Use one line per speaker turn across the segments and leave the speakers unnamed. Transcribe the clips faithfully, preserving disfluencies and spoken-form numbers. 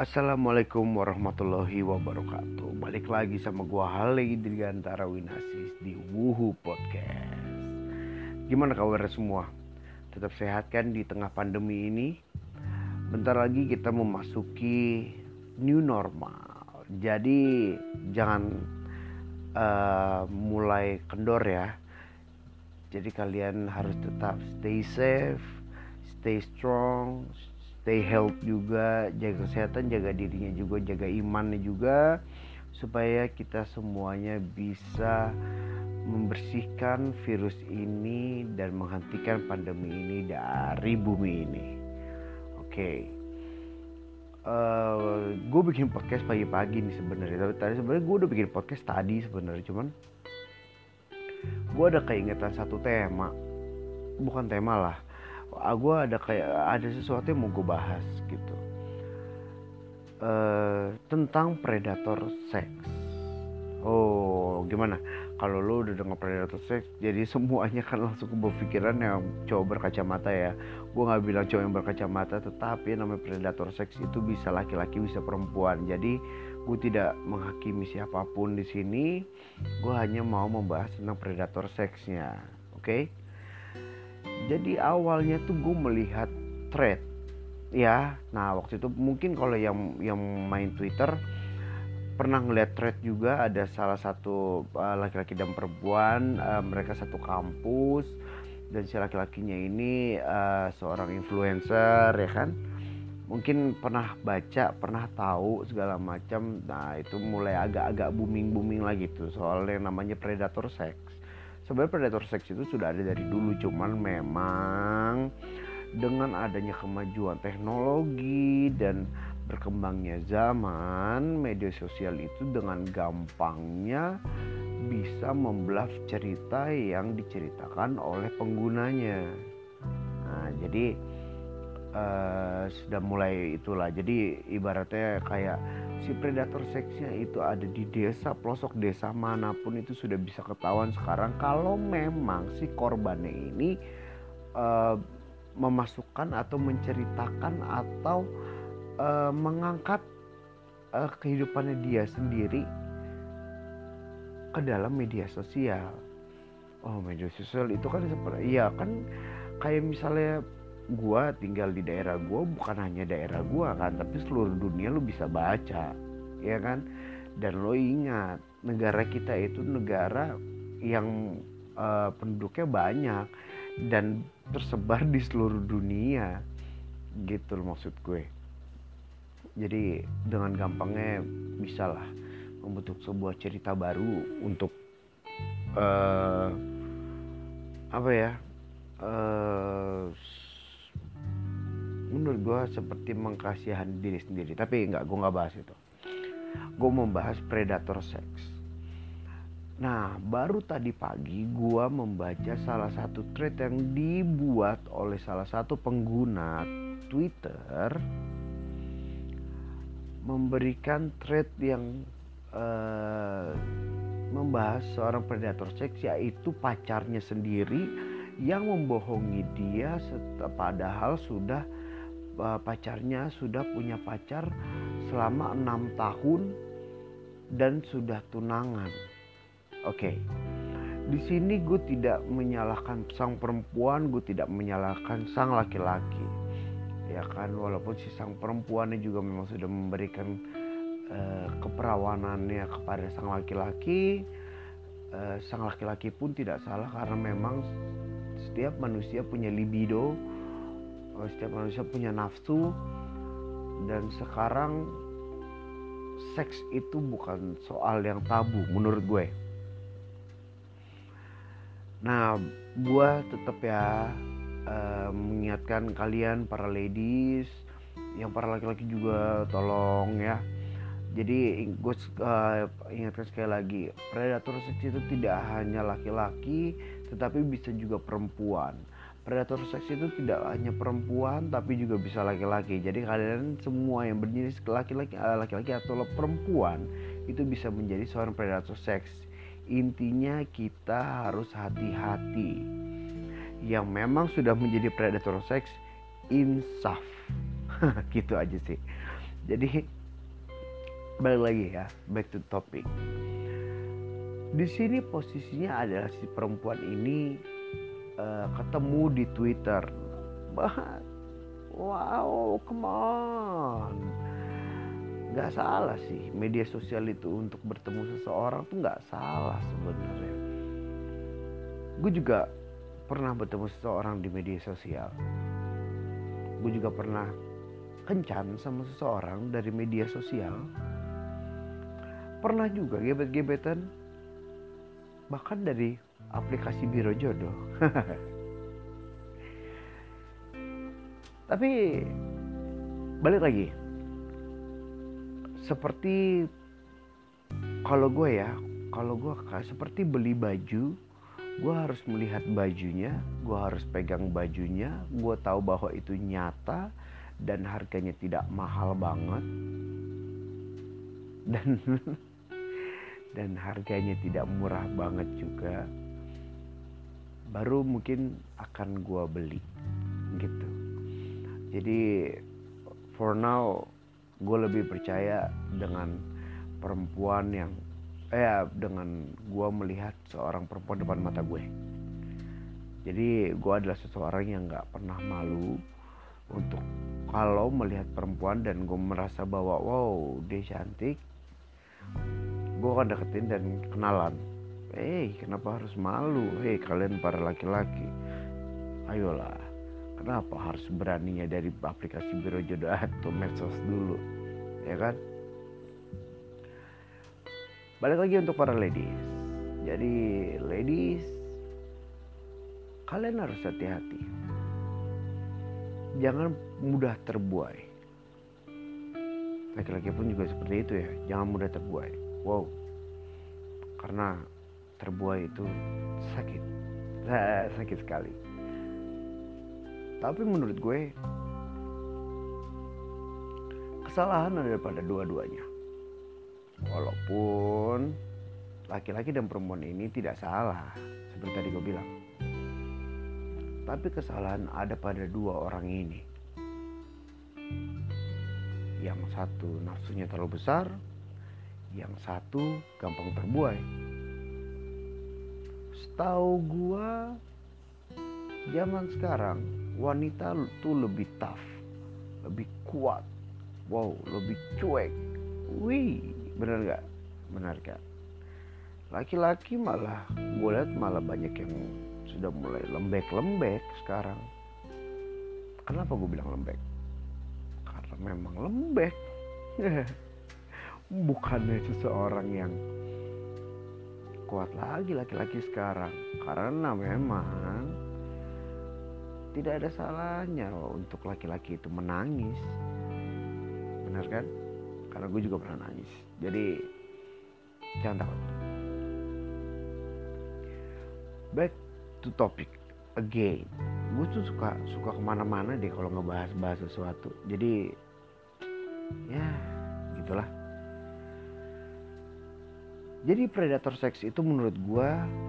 Assalamualaikum warahmatullahi wabarakatuh. Balik lagi sama gua Hale Dirgantara Winasis di Wuhu Podcast. Gimana kabar semua? Tetap sehat kan di tengah pandemi ini? Bentar lagi kita memasuki new normal. Jadi jangan uh, mulai kendor ya. Jadi kalian harus tetap stay safe, stay strong, stay health juga, jaga kesehatan, jaga dirinya juga, jaga imannya juga, supaya kita semuanya bisa membersihkan virus ini dan menghentikan pandemi ini dari bumi ini. Oke, okay. uh, gue bikin podcast pagi-pagi nih sebenarnya. Tapi tadi sebenarnya gue udah bikin podcast tadi sebenarnya, cuman gue ada keingetan satu tema, bukan tema lah. Gue ada kayak ada sesuatu yang mau gue bahas gitu, uh, tentang predator seks. Oh gimana kalau lo udah dengar predator seks? Jadi semuanya kan langsung berpikiran yang cowok berkacamata ya. Gue nggak bilang cowok yang berkacamata, tetapi namanya predator seks itu bisa laki-laki bisa perempuan. Jadi gue tidak menghakimi siapapun di sini. Gue hanya mau membahas tentang predator seksnya, oke? Okay? Jadi awalnya tuh gue melihat thread ya. Nah waktu itu mungkin kalau yang yang main Twitter pernah ngeliat thread juga, ada salah satu uh, laki-laki dan perempuan, uh, mereka satu kampus, dan si laki-lakinya ini uh, seorang influencer ya kan. Mungkin pernah baca, pernah tahu segala macam. Nah itu mulai agak-agak booming-booming lagi tuh soal yang namanya predator sex. Sebenarnya predator sex itu sudah ada dari dulu, cuman memang dengan adanya kemajuan teknologi dan berkembangnya zaman, media sosial itu dengan gampangnya bisa membelah cerita yang diceritakan oleh penggunanya. Nah jadi uh, sudah mulai itulah. Jadi ibaratnya kayak si predator seksnya itu ada di desa, pelosok desa manapun itu sudah bisa ketahuan sekarang kalau memang si korbannya ini uh, memasukkan atau menceritakan atau uh, mengangkat uh, kehidupannya dia sendiri ke dalam media sosial. Oh media sosial itu kan seperti, iya kan kayak misalnya gua tinggal di daerah gua, bukan hanya daerah gua kan, tapi seluruh dunia lu bisa baca, ya kan? Dan lo ingat negara kita itu negara yang uh, penduduknya banyak dan tersebar di seluruh dunia gitu loh maksud gue. Jadi dengan gampangnya bisa lah membentuk sebuah cerita baru untuk uh, apa ya uh, menurut gue seperti mengkasihani diri sendiri. Tapi enggak, gue gak bahas itu. Gue membahas predator sex. Nah baru tadi pagi gue membaca salah satu thread yang dibuat oleh salah satu pengguna Twitter, memberikan thread yang uh, membahas seorang predator seks, yaitu pacarnya sendiri yang membohongi dia, padahal sudah uh, pacarnya sudah punya pacar selama enam tahun dan sudah tunangan. Oke, okay. Di sini gue tidak menyalahkan sang perempuan, gue tidak menyalahkan sang laki-laki, ya kan. Walaupun si sang perempuannya juga memang sudah memberikan uh, keperawanannya kepada sang laki-laki, uh, sang laki-laki pun tidak salah karena memang setiap manusia punya libido, uh, setiap manusia punya nafsu, dan sekarang seks itu bukan soal yang tabu menurut gue. Nah, gue tetap ya uh, mengingatkan kalian para ladies, yang para laki-laki juga tolong ya. Jadi gue uh, ingatkan sekali lagi, predator seks itu tidak hanya laki-laki, tetapi bisa juga perempuan. Predator seks itu tidak hanya perempuan, tapi juga bisa laki-laki. Jadi kalian semua yang berjenis laki-laki, laki-laki atau perempuan itu bisa menjadi seorang predator seks. Intinya kita harus hati-hati. Yang memang sudah menjadi predator seks, insaf. Gitu aja sih. Jadi balik lagi ya, back to topic. Di sini posisinya adalah si perempuan ini uh, ketemu di Twitter. Bah, wow, come on. Gak salah sih, media sosial itu untuk bertemu seseorang tuh gak salah sebenarnya. Gue juga pernah bertemu seseorang di media sosial. Gue juga pernah kencan sama seseorang dari media sosial. Pernah juga gebet-gebetan, bahkan dari aplikasi Biro Jodoh. Tapi balik lagi, seperti kalau gue ya, kalau gue seperti beli baju, gue harus melihat bajunya, gue harus pegang bajunya, gue tahu bahwa itu nyata dan harganya tidak mahal banget, dan dan harganya tidak murah banget juga, baru mungkin akan gue beli gitu. Jadi for now gue lebih percaya dengan perempuan yang eh dengan gue melihat seorang perempuan depan mata gue. Jadi gue adalah seseorang yang gak pernah malu untuk kalau melihat perempuan dan gue merasa bahwa wow dia cantik, gue akan deketin dan kenalan. Eh hey, kenapa harus malu? Hei kalian para laki-laki, ayolah, kenapa harus beraninya dari aplikasi Biro Jodoh atau medsos dulu, ya kan? Balik lagi untuk para ladies. Jadi ladies, kalian harus hati-hati. Jangan mudah terbuai. Laki-laki pun juga seperti itu ya. Jangan mudah terbuai. Wow. Karena terbuai itu sakit. Sakit sekali. Tapi menurut gue, kesalahan ada pada dua-duanya. Walaupun laki-laki dan perempuan ini tidak salah, seperti tadi gue bilang. Tapi kesalahan ada pada dua orang ini. Yang satu nafsunya terlalu besar, yang satu gampang terbuai. Setahu gue, zaman sekarang wanita tuh lebih tough, lebih kuat, wow, lebih cuek. Wih, benar gak? Benar gak? Laki-laki malah, gue lihat malah banyak yang sudah mulai lembek-lembek sekarang. Kenapa gue bilang lembek? Karena memang lembek. Bukannya seseorang yang kuat lagi laki-laki sekarang. Karena memang tidak ada salahnya untuk laki-laki itu menangis. Benar kan? Karena gue juga pernah nangis. Jadi jangan takut. Back to topic again. Gue tuh suka suka kemana-mana deh kalau ngebahas-bahas sesuatu. Jadi ya gitulah. Jadi predator seks itu menurut gue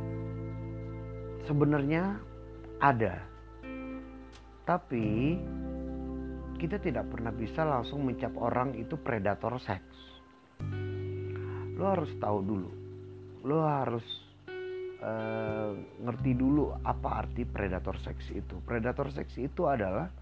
sebenarnya ada. Tapi kita tidak pernah bisa langsung mencap orang itu predator seks. Lo harus tahu dulu. Lo harus uh, ngerti dulu apa arti predator seks itu. Predator seks itu adalah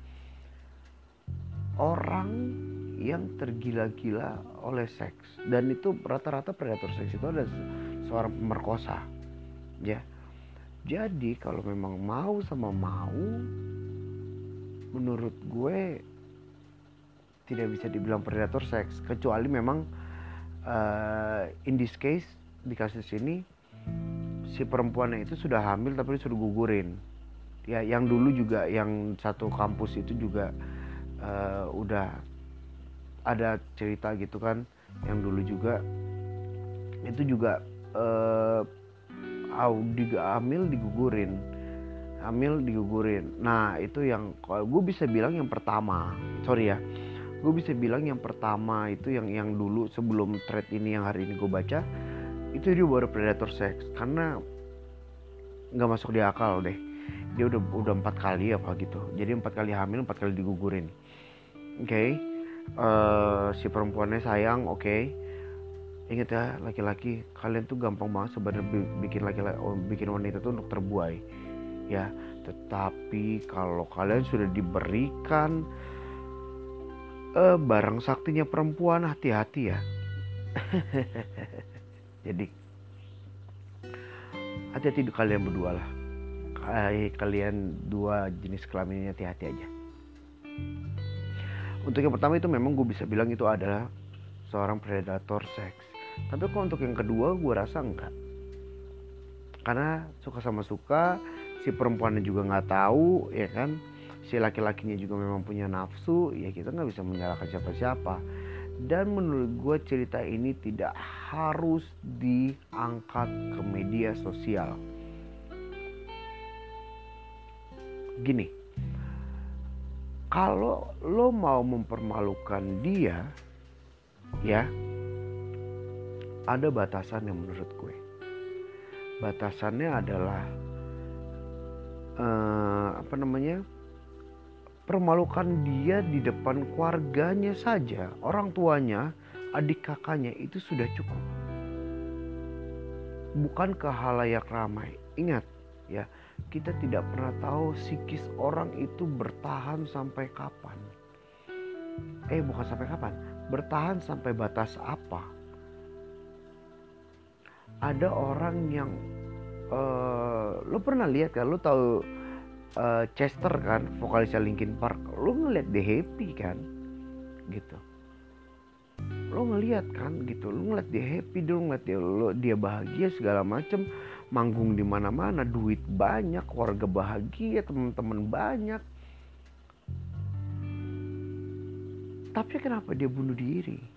orang yang tergila-gila oleh seks. Dan itu rata-rata predator seks itu adalah seorang pemerkosa. Ya. Jadi kalau memang mau sama mau, menurut gue tidak bisa dibilang predator seks, kecuali memang uh, in this case, di kasus ini si perempuannya itu sudah hamil tapi sudah gugurin. Ya, yang dulu juga yang satu kampus itu juga uh, udah ada cerita gitu kan, yang dulu juga itu juga uh, Audi hamil digugurin. Hamil digugurin. Nah itu yang gue bisa bilang yang pertama. Sorry ya, gue bisa bilang yang pertama itu yang yang dulu sebelum thread ini yang hari ini gue baca, itu dia baru predator seks. Karena nggak masuk di akal deh. Dia udah udah empat kali apa gitu. Jadi empat kali hamil, empat kali digugurin. Oke. Okay? uh, si perempuannya sayang, oke. Okay. Ingat ya, laki-laki, kalian tuh gampang banget sebenarnya bikin laki-laki, oh, bikin wanita tuh untuk terbuai, ya. Tetapi kalau kalian sudah diberikan uh, barang saktinya perempuan, hati-hati ya. Jadi hati-hati kalian berdua lah. Kalian dua jenis kelaminnya hati-hati aja. Untuk yang pertama itu memang gue bisa bilang itu adalah seorang predator seks. Tapi kalau untuk yang kedua gue rasa enggak. Karena suka sama suka, si perempuannya juga nggak tahu, ya kan? Si laki-lakinya juga memang punya nafsu, ya kita nggak bisa menyalahkan siapa-siapa. Dan menurut gue cerita ini tidak harus diangkat ke media sosial. Gini, kalau lo mau mempermalukan dia, ya ada batasan yang menurut gue. Batasannya adalah uh, apa namanya? Permalukan dia di depan keluarganya saja, orang tuanya, adik kakaknya itu sudah cukup. Bukan ke halayak ramai. Ingat ya, kita tidak pernah tahu psikis orang itu bertahan sampai kapan. Eh bukan sampai kapan, bertahan sampai batas apa. Ada orang yang uh, lo pernah lihat kan, lo tahu uh, Chester kan, vokalisnya Linkin Park. Lo ngeliat dia happy kan, gitu. Lo ngeliat kan, gitu. Lo ngeliat dia happy, lo ngeliat dia, lo, dia bahagia segala macem, manggung di mana-mana, duit banyak, keluarga bahagia, teman-teman banyak. Tapi kenapa dia bunuh diri?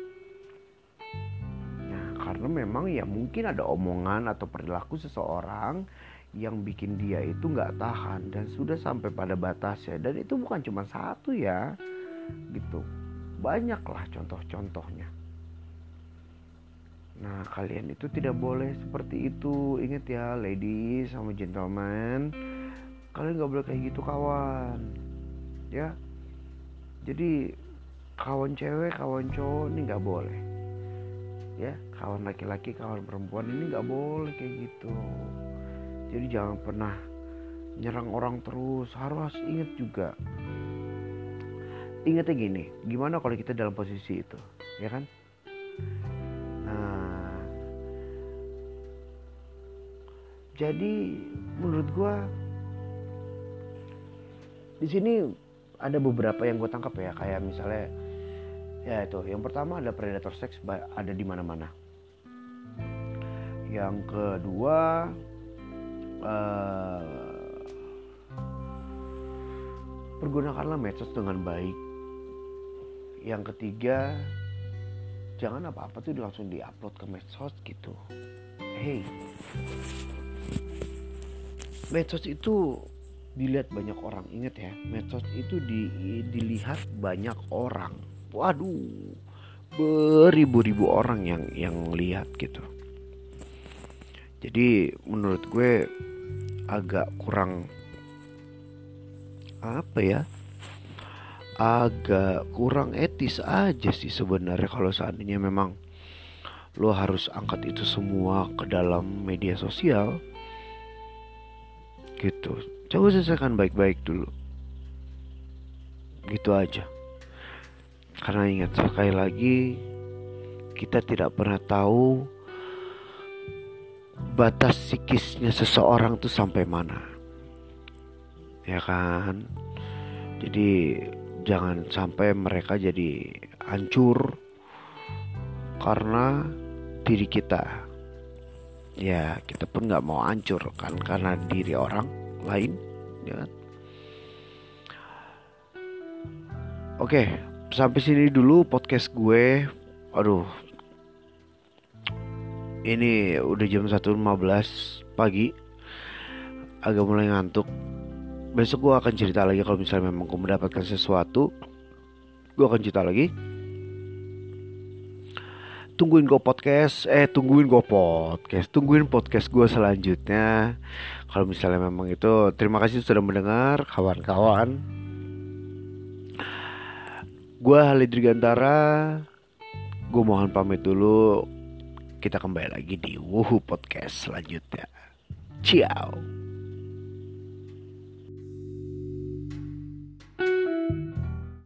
Karena memang ya mungkin ada omongan atau perilaku seseorang yang bikin dia itu gak tahan dan sudah sampai pada batasnya. Dan itu bukan cuma satu ya, gitu. Banyaklah contoh-contohnya. Nah kalian itu tidak boleh seperti itu. Ingat ya ladies sama gentlemen, kalian gak boleh kayak gitu kawan. Ya, jadi kawan cewek, kawan cowok ini gak boleh. Ya, kawan laki-laki, kawan perempuan ini gak boleh kayak gitu. Jadi jangan pernah nyerang orang terus. Harus ingat juga, ingatnya gini, gimana kalau kita dalam posisi itu, ya kan? Nah, jadi menurut gue di sini ada beberapa yang gue tangkap ya, kayak misalnya ya itu, yang pertama ada predator seks ada di mana-mana. Yang kedua, uh, pergunakanlah medsos dengan baik. Yang ketiga, jangan apa-apa tuh langsung diupload ke medsos gitu. Hey, medsos itu dilihat banyak orang. Ingat ya, medsos itu di, dilihat banyak orang. Waduh, beribu-ribu orang yang yang lihat gitu. Jadi menurut gue agak kurang apa ya? Agak kurang etis aja sih sebenarnya kalau seandainya memang lo harus angkat itu semua ke dalam media sosial gitu. Coba selesaikan baik-baik dulu. Gitu aja. Karena ingat sekali lagi, kita tidak pernah tahu batas psikisnya seseorang tuh sampai mana, ya kan? Jadi jangan sampai mereka jadi hancur karena diri kita. Ya kita pun nggak mau hancur kan karena diri orang lain, ya kan? Oke, sampai sini dulu podcast gue. Aduh, ini udah jam satu lima belas pagi, agak mulai ngantuk. Besok gue akan cerita lagi kalau misalnya memang gue mendapatkan sesuatu, gue akan cerita lagi. Tungguin gue podcast, eh tungguin gue podcast, tungguin podcast gue selanjutnya. Kalau misalnya memang itu, terima kasih sudah mendengar kawan-kawan. Gue Halid Dirgantara. Gue mohon pamit dulu. Kita kembali lagi di Wuhu Podcast selanjutnya. Ciao.